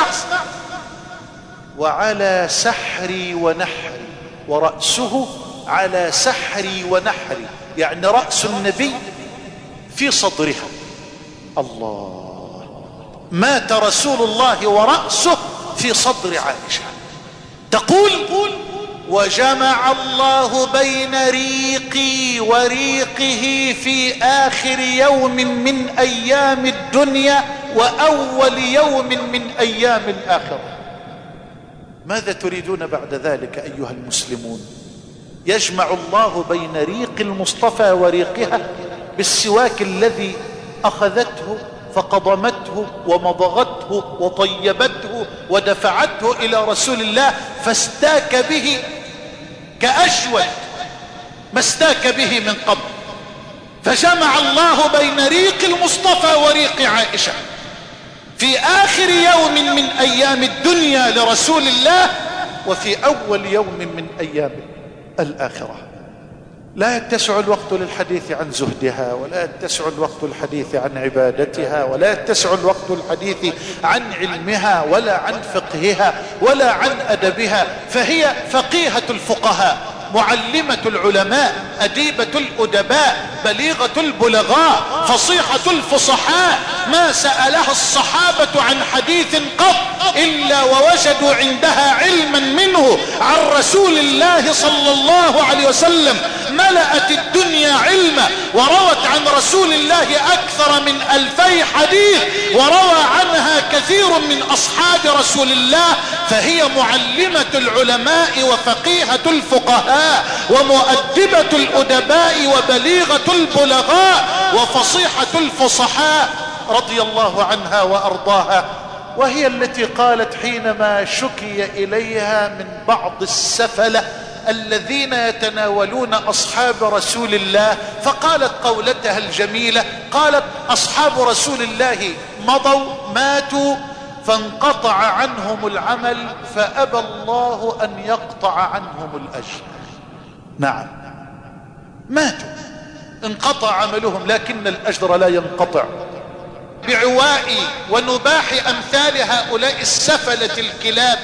وعلى سحري ونحري، ورأسه على سحري ونحري، يعني رأس النبي في صدرها. الله، مات رسول الله ورأسه في صدر عائشة. تقول وجمع الله بين ريقي وريقه في آخر يوم من أيام الدنيا وأول يوم من أيام الآخرة. ماذا تريدون بعد ذلك أيها المسلمون؟ يجمع الله بين ريق المصطفى وريقها بالسواك الذي أخذته فقضمته ومضغته وطيبته ودفعته إلى رسول الله فاستاك به كأجود ما استاك به من قبل. فجمع الله بين ريق المصطفى وريق عائشة في آخر يوم من أيام الدنيا لرسول الله وفي أول يوم من أيام الآخرة. لا يتسع الوقت للحديث عن زهدها، ولا يتسع الوقت للحديث عن عبادتها، ولا يتسع الوقت للحديث عن علمها ولا عن فقهها ولا عن أدبها، فهي فقيهة الفقهاء، معلمة العلماء، أديبة الأدباء، بليغة البلغاء، فصيحة الفصحاء، ما سألها الصحابة عن حديث قط إلا ووجدوا عندها علما منه عن رسول الله صلى الله عليه وسلم. ملأت الدنيا علما، وروت عن رسول الله أكثر من 2000 حديث، وروى عنها كثير من أصحاب رسول الله، فهي معلمة العلماء وفقيهة الفقهاء ومؤدبة الأدباء وبليغة البلغاء وفصيحة الفصحاء رضي الله عنها وأرضاها. وهي التي قالت حينما شكي إليها من بعض السفلة الذين يتناولون أصحاب رسول الله، فقالت قولتها الجميلة، قالت: أصحاب رسول الله مضوا ماتوا فانقطع عنهم العمل، فأبى الله أن يقطع عنهم الأجر. نعم، ماتوا انقطع عملهم، لكن الأجر لا ينقطع. بعواء ونباح أمثال هؤلاء السفلة الكلاب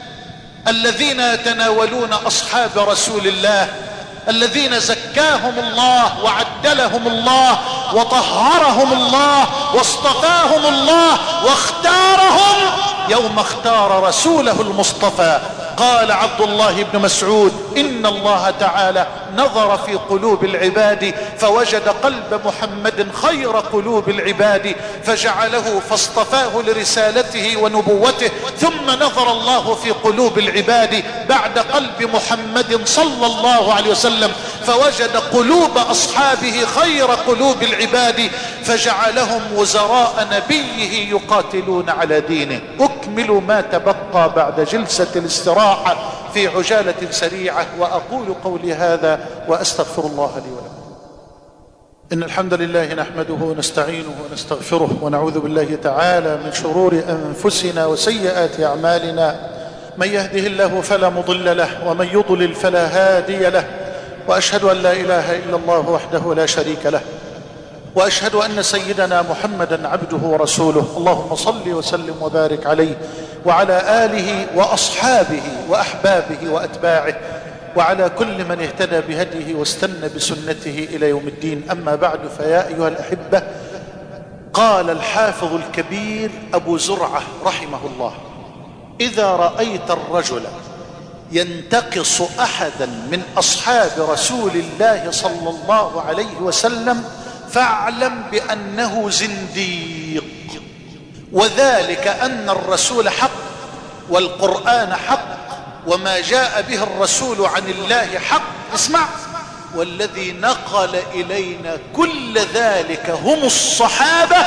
الذين يتناولون أصحاب رسول الله، الذين زكاهم الله وعدلهم الله وطهرهم الله واصطفاهم الله واختارهم يوم اختار رسوله المصطفى. قال عبد الله بن مسعود: إن الله تعالى نظر في قلوب العباد فوجد قلب محمد خير قلوب العباد فجعله فاصطفاه لرسالته ونبوته، ثم نظر الله في قلوب العباد بعد قلب محمد صلى الله عليه وسلم فوجد قلوب أصحابه خير قلوب العباد فجعلهم وزراء نبيه يقاتلون على دينه. أكمل ما تبقى بعد جلسة الاستراحة في عجالة سريعة، وأقول قولي هذا وأستغفر الله لي ولكم. إن الحمد لله نحمده ونستعينه ونستغفره ونعوذ بالله تعالى من شرور أنفسنا وسيئات أعمالنا. من يهده الله فلا مضل له ومن يضلل فلا هادي له، وأشهد أن لا إله إلا الله وحده لا شريك له، وأشهد أن سيدنا محمدا عبده ورسوله. اللهم صل وسلم وبارك عليه وعلى آله وأصحابه وأحبابه وأتباعه وعلى كل من اهتدى بهديه واستنى بسنته إلى يوم الدين. أما بعد، فيا أيها الأحبة، قال الحافظ الكبير أبو زرعة رحمه الله: إذا رأيت الرجل ينتقص أحدا من أصحاب رسول الله صلى الله عليه وسلم فاعلم بأنه زنديق، وذلك أن الرسول حق والقرآن حق وما جاء به الرسول عن الله حق. اسمع: والذي نقل إلينا كل ذلك هم الصحابة،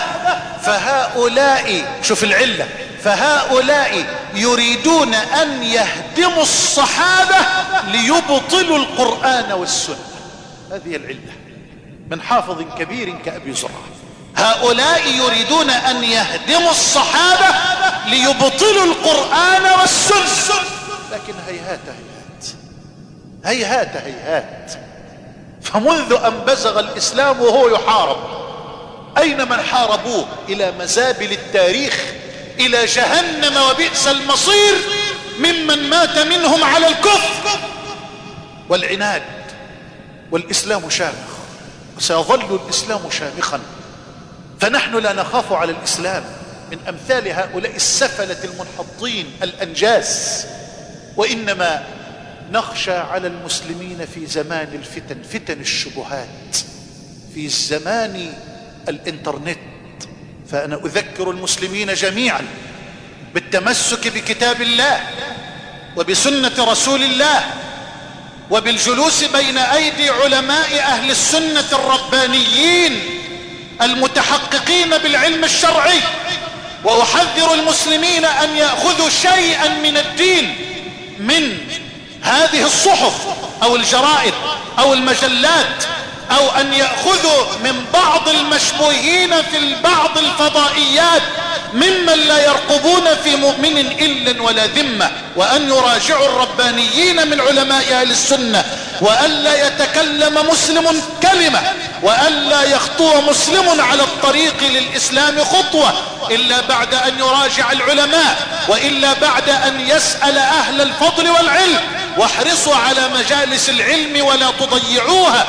فهؤلاء، شوف العلة، فهؤلاء يريدون أن يهدموا الصحابة ليبطلوا القرآن والسنة. هذه العلة من حافظ كبير كأبي زرعة. هؤلاء يريدون أن يهدموا الصحابة ليبطلوا القرآن والسنة، لكن هيهات هيهات هيهات هيهات. فمنذ أن بزغ الإسلام وهو يحارب، أين من حاربوه؟ إلى مزابل التاريخ، إلى جهنم وبئس المصير ممن مات منهم على الكفر والعناد. والإسلام شامخ وسيظل الإسلام شامخا، فنحن لا نخاف على الإسلام من أمثال هؤلاء السفلة المنحطين الأنجاس، وإنما نخشى على المسلمين في زمان الفتن، فتن الشبهات، في زمان الإنترنت. فأنا أذكر المسلمين جميعا بالتمسك بكتاب الله وبسنة رسول الله وبالجلوس بين أيدي علماء أهل السنة الربانيين المتحققين بالعلم الشرعي. وأحذر المسلمين أن يأخذوا شيئا من الدين من هذه الصحف أو الجرائد أو المجلات، أو أن يأخذوا من بعض المشبوهين في بعض الفضائيات ممن لا يرقبون في مؤمن إلا ولا ذمة، وأن يراجعوا الربانيين من علماء أهل السنة، وألا يتكلم مسلم كلمة، وألا يخطو مسلم على الطريق للإسلام خطوة إلا بعد أن يراجع العلماء، وإلا بعد أن يسأل أهل الفضل والعلم، واحرصوا على مجالس العلم ولا تضيعوها،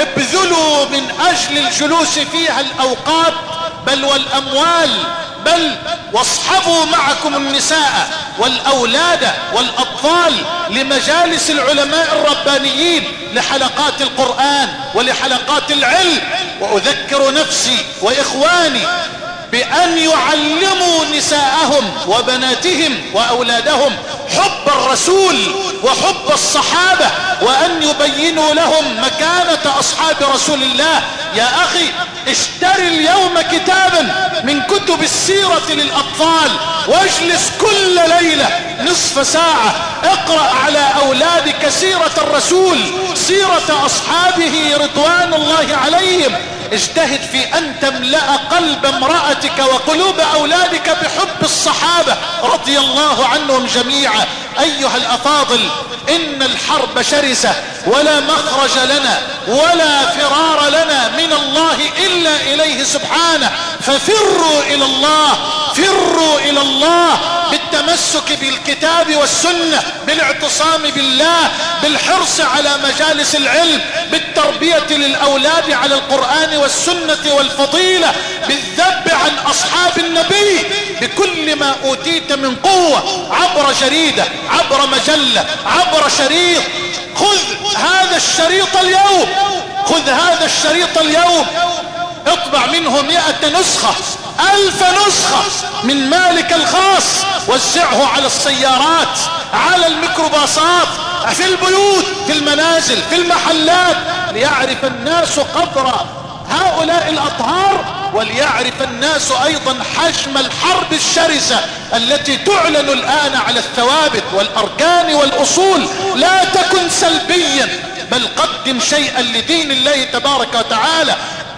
ابذلوا من أجل الجلوس فيها الأوقات بل والأموال، بل واصحبوا معكم النساء والأولاد والأطفال لمجالس العلماء الربانيين، لحلقات القرآن ولحلقات العلم. وأذكر نفسي وإخواني بأن يعلموا نساءهم وبناتهم وأولادهم حب الرسول وحب الصحابة، وأن يبينوا لهم مكانة أصحاب رسول الله. يا أخي اشتري اليوم كتابا من كتب السيرة للأطفال واجلس كل ليلة نصف ساعة اقرأ على أولادك سيرة الرسول، سيرة أصحابه رضوان الله عليهم. اجتهد في أن تملأ قلب امرأتك وقلوب أولادك بحب الصحابة رضي الله عنهم جميعا. أيها الأفاضل، إن الحرب شرسة ولا مخرج لنا ولا فرار لنا من الله إلا إليه سبحانه، ففروا إلى الله، فروا إلى الله بالتمسك بالكتاب والسنة، بالاعتصام بالله، بالحرص على مجالس العلم، بالتربية للأولاد على القرآن والسنة والفضيلة، بالذب عن أصحاب النبي بكل ما أوتيت من قوة، عبر جريدة، عبر مجلة، عبر شريط. خذ هذا الشريط اليوم، خذ هذا الشريط اليوم، اطبع منه 100 نسخة، 1000 نسخة من مالك الخاص، وزعه على السيارات، على الميكروباصات، في البيوت، في المنازل، في المحلات، ليعرف الناس قدر هؤلاء الأطهار، وليعرف الناس أيضا حجم الحرب الشرسة التي تعلن الآن على الثوابت والأركان والأصول. لا تكن سلبيا، بل قدم شيئا لدين الله تبارك وتعالى.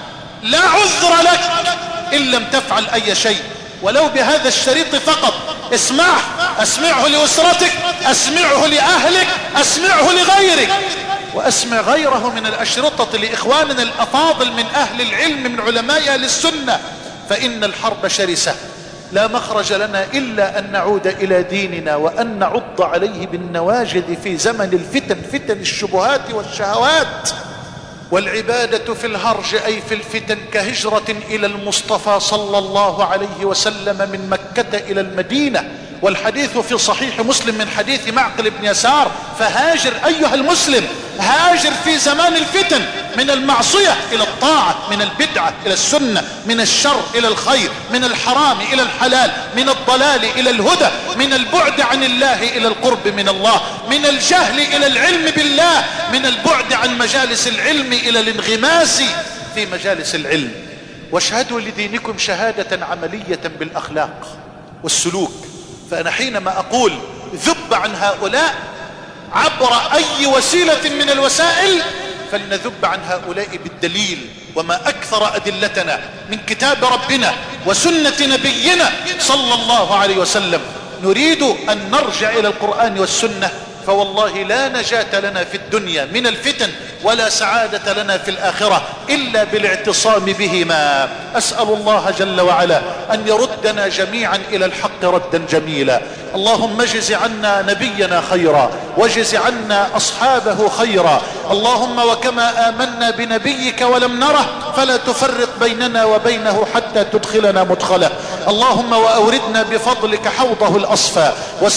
لا عذر لك إن لم تفعل أي شيء، ولو بهذا الشريط فقط. اسمعه، اسمعه لأسرتك، اسمعه لأهلك، اسمعه لغيرك، واسمع غيره من الأشرطة لإخواننا الأفاضل من أهل العلم من علماء أهل السنة. فإن الحرب شرسة، لا مخرج لنا إلا أن نعود إلى ديننا وأن نعض عليه بالنواجذ في زمن الفتن، فتن الشبهات والشهوات. والعبادة في الهرج أي في الفتن كهجرة إلى المصطفى صلى الله عليه وسلم من مكة إلى المدينة. والحديث في صحيح مسلم من حديث معقل بن يسار: فهاجر أيها المسلم، هاجر في زمان الفتن، من المعصية إلى الطاعة، من البدعة إلى السنة، من الشر إلى الخير، من الحرام إلى الحلال، من الضلال إلى الهدى، من البعد عن الله إلى القرب من الله، من الجهل إلى العلم بالله، من البعد عن مجالس العلم إلى الانغماس في مجالس العلم. واشهدوا لدينكم شهادة عملية بالأخلاق والسلوك. فأنا حينما أقول ذب عن هؤلاء عبر أي وسيلة من الوسائل، فلنذب عن هؤلاء بالدليل، وما أكثر أدلتنا من كتاب ربنا وسنة نبينا صلى الله عليه وسلم. نريد أن نرجع إلى القرآن والسنة، فوالله لا نجاة لنا في الدنيا من الفتن ولا سعادة لنا في الآخرة إلا بالاعتصام بهما. أسأل الله جل وعلا أن يردنا جميعا إلى الحق ردا جميلا. اللهم اجز عنا نبينا خيرا، واجز عنا أصحابه خيرا. اللهم وكما آمنا بنبيك ولم نره فلا تفرق بيننا وبينه حتى تدخلنا مدخله. اللهم وأوردنا بفضلك حوضه الأصفى،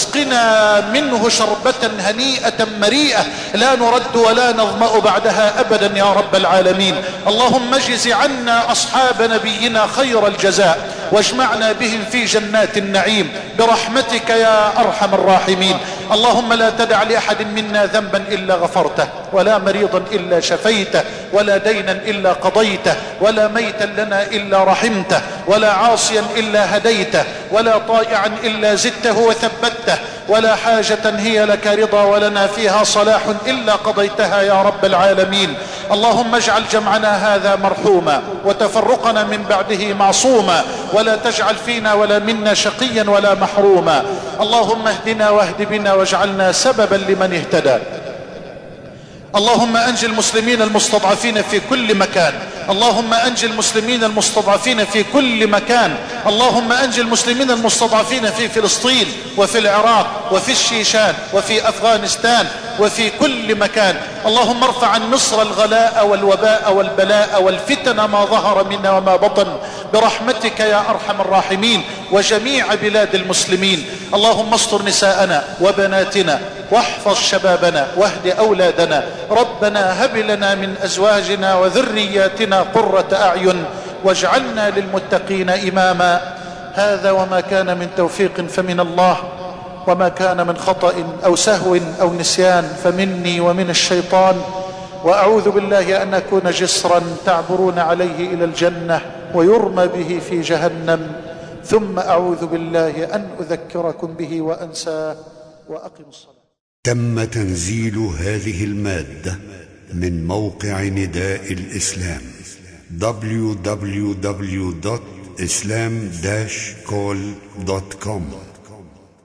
واسقنا منه شربة هنيئة مريئة لا نرد ولا نظمأ بعدها أبدا يا رب العالمين. اللهم اجز عنا أصحاب نبينا خير الجزاء، واجمعنا بهم في جنات النعيم برحمتك يا أرحم الراحمين. اللهم لا تدع لأحد منا ذنبا إلا غفرته، ولا مريضا إلا شفيته، ولا دينا إلا قضيته، ولا ميتا لنا إلا رحمته، ولا عاصيا إلا هديته، ولا طائعا إلا زدته وثبته، ولا حاجة هي لك رضا ولنا فيها صلاح إلا قضيتها يا رب العالمين. اللهم اجعل جمعنا هذا مرحوما، وتفرقنا من بعده معصوما، ولا تجعل فينا ولا منا شقيا ولا محروما. اللهم اهدنا واهد بنا واجعلنا سببا لمن اهتدى. اللهم أنجِ المسلمين المستضعفين في كل مكان. اللهم أنجِ المسلمين المستضعفين في كل مكان. اللهم أنجِ المسلمين المستضعفين في فلسطين وفي العراق وفي الشيشان وفي أفغانستان وفي كل مكان. اللهم ارفع عن مصر الغلاء والوباء والبلاء والفتن ما ظهر منها وما بطن برحمتك يا أرحم الراحمين، وجميع بلاد المسلمين. اللهم استر نساءنا وبناتنا واحفظ شبابنا واهد أولادنا. ربنا هب لنا من أزواجنا وذرياتنا قرة أعين واجعلنا للمتقين إماما. هذا وما كان من توفيق فمن الله، وما كان من خطأ أو سهو أو نسيان فمني ومن الشيطان. وأعوذ بالله أن أكون جسرا تعبرون عليه إلى الجنة ويرمى به في جهنم، ثم أعوذ بالله أن أذكركم به وأنساه. وأقم الصلاة.
تم تنزيل هذه المادة من موقع نداء الإسلام www.islam-call.com